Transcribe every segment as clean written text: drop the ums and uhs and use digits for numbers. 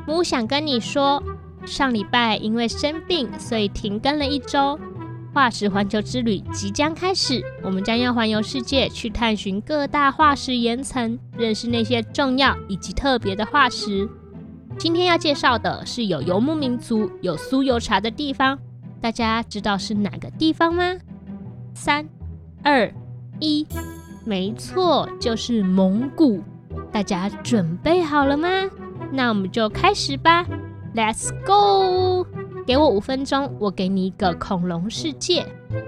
木想跟你说，上礼拜因为生病，所以停更了1周。化石环球之旅即将开始，我们将要环游世界，去探寻各大化石岩层，认识那些重要以及特别的化石。今天要介绍的是有游牧民族、有酥油茶的地方，大家知道是哪个地方吗？3、2、1，没错，就是蒙古。大家准备好了吗？那我们就开始吧 ，Let's go！ 给我5分钟，我给你一个恐龙世界。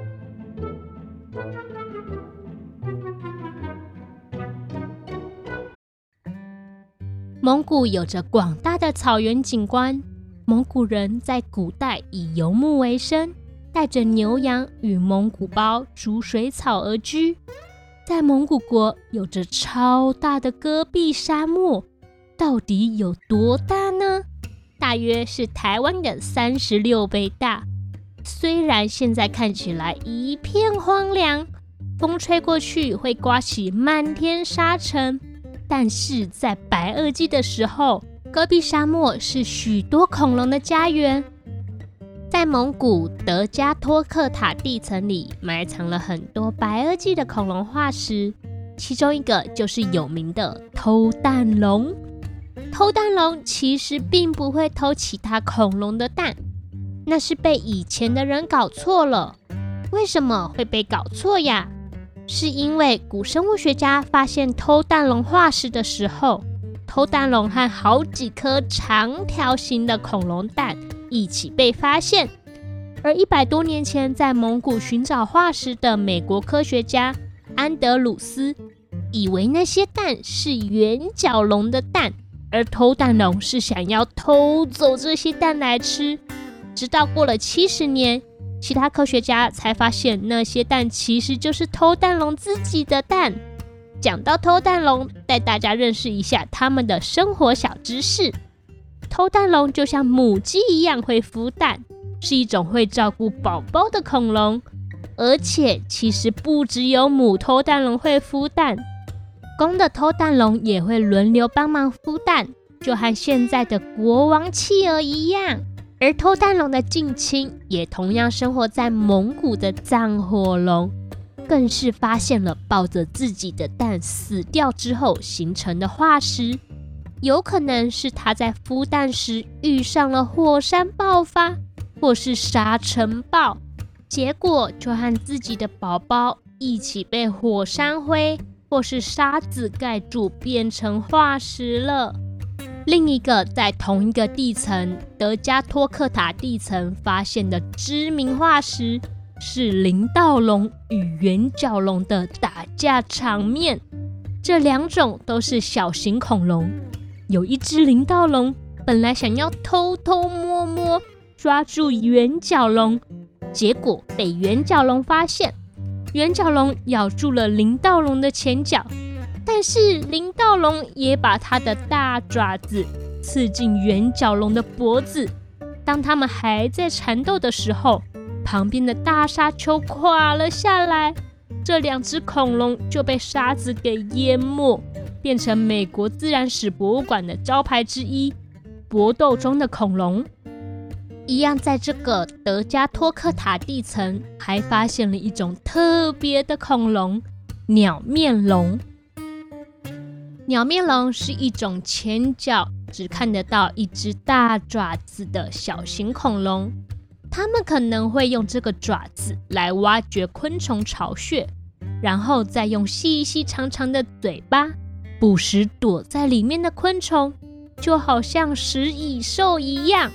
蒙古有着广大的草原景观，蒙古人在古代以游牧为生，带着牛羊与蒙古包逐水草而居。在蒙古国有着超大的戈壁沙漠，到底有多大呢？大约是台湾的36倍大。虽然现在看起来一片荒凉，风吹过去会刮起漫天沙尘，但是在白垩纪的时候，戈壁沙漠是许多恐龙的家园。在蒙古德加托克塔地层里埋藏了很多白垩纪的恐龙化石，其中一个就是有名的偷蛋龙。偷蛋龙其实并不会偷其他恐龙的蛋，那是被以前的人搞错了。为什么会被搞错呀？是因为古生物学家发现偷蛋龙化石的时候，偷蛋龙和好几颗长条形的恐龙蛋一起被发现。而100多年前在蒙古寻找化石的美国科学家安德鲁斯以为那些蛋是圆角龙的蛋，而偷蛋龙是想要偷走这些蛋来吃。直到过了70年，其他科学家才发现那些蛋其实就是偷蛋龙自己的蛋。讲到偷蛋龙，带大家认识一下他们的生活小知识。偷蛋龙就像母鸡一样会孵蛋，是一种会照顾宝宝的恐龙。而且其实不只有母偷蛋龙会孵蛋，公的偷蛋龙也会轮流帮忙孵蛋，就和现在的国王企鹅一样。而偷蛋龙的近亲也同样生活在蒙古的藏火龙，更是发现了抱着自己的蛋死掉之后形成的化石，有可能是它在孵蛋时遇上了火山爆发，或是沙尘暴，结果就和自己的宝宝一起被火山灰或是沙子盖住，变成化石了。另一个在同一个地层德加托克塔地层发现的知名化石是林盗龙与圆角龙的打架场面。这2种都是小型恐龙，有一只林盗龙本来想要偷偷摸摸抓住圆角龙，结果被圆角龙发现，圆角龙咬住了林盗龙的前脚，但是林盗龙也把它的大爪子刺进圆角龙的脖子。当他们还在缠斗的时候，旁边的大沙丘垮了下来，这2只恐龙就被沙子给淹没，变成美国自然史博物馆的招牌之一——搏斗中的恐龙。一样在这个德加托克塔地层还发现了一种特别的恐龙——鸟面龙。鸟面龙是一种前脚只看得到一只大爪子的小型恐龙，它们可能会用这个爪子来挖掘昆虫巢穴，然后再用细细长长的嘴巴捕食躲在里面的昆虫，就好像食蚁兽一样。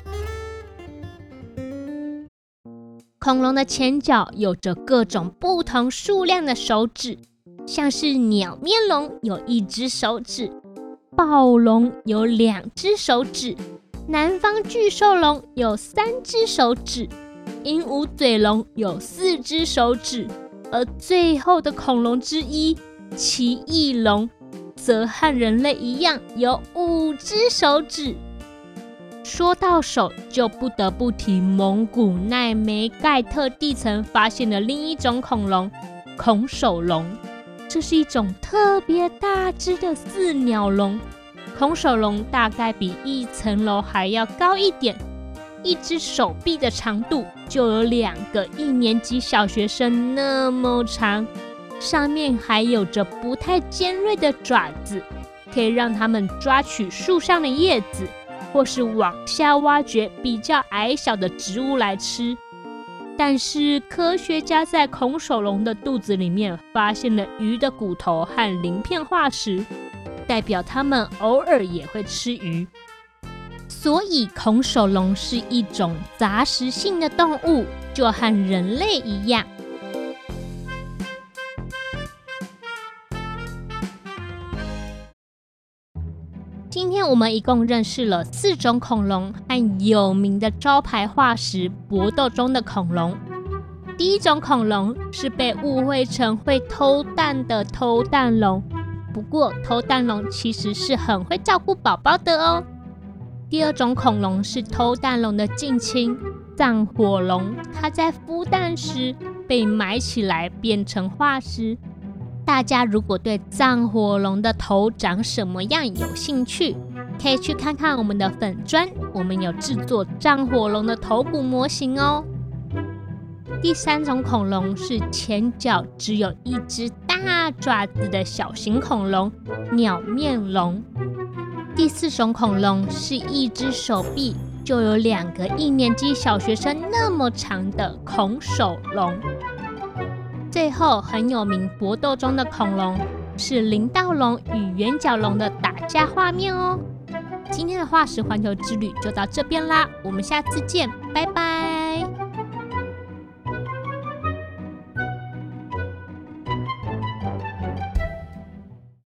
恐龙的前脚有着各种不同数量的手指，像是鸟面龙有1只手指，暴龙有2只手指，南方巨兽龙有3只手指，鹦鹉嘴龙有4只手指，而最后的恐龙之一奇异龙则和人类一样有5只手指。说到手，就不得不提蒙古奈梅盖特地层发现的另一种恐龙——孔手龙。这是一种特别大只的4鸟龙， 空手龙大概比一层楼还要高一点，一只手臂的长度就有2个1年级小学生那么长，上面还有着不太尖锐的爪子，可以让它们抓取树上的叶子，或是往下挖掘比较矮小的植物来吃。但是科学家在孔手龙的肚子里面发现了鱼的骨头和鳞片化石，代表它们偶尔也会吃鱼。所以孔手龙是一种杂食性的动物，就和人类一样。今天我们一共认识了4种恐龙和有名的招牌化石搏斗中的恐龙。第一种恐龙是被误会成会偷蛋的偷蛋龙，不过偷蛋龙其实是很会照顾宝宝的哦。第二种恐龙是偷蛋龙的近亲藏火龙，它在孵蛋时被埋起来变成化石。大家如果对藏火龙的头长什么样有兴趣，可以去看看我们的粉专，我们有制作藏火龙的头骨模型哦。第三种恐龙是前脚只有一只大爪子的小型恐龙鸟面龙。第四种恐龙是一只手臂就有2个1年级小学生那么长的孔手龙。最后很有名搏斗中的恐龙是林盗龙与圆角龙的打架画面哦。今天的化石环球之旅就到这边啦，我们下次见，拜拜。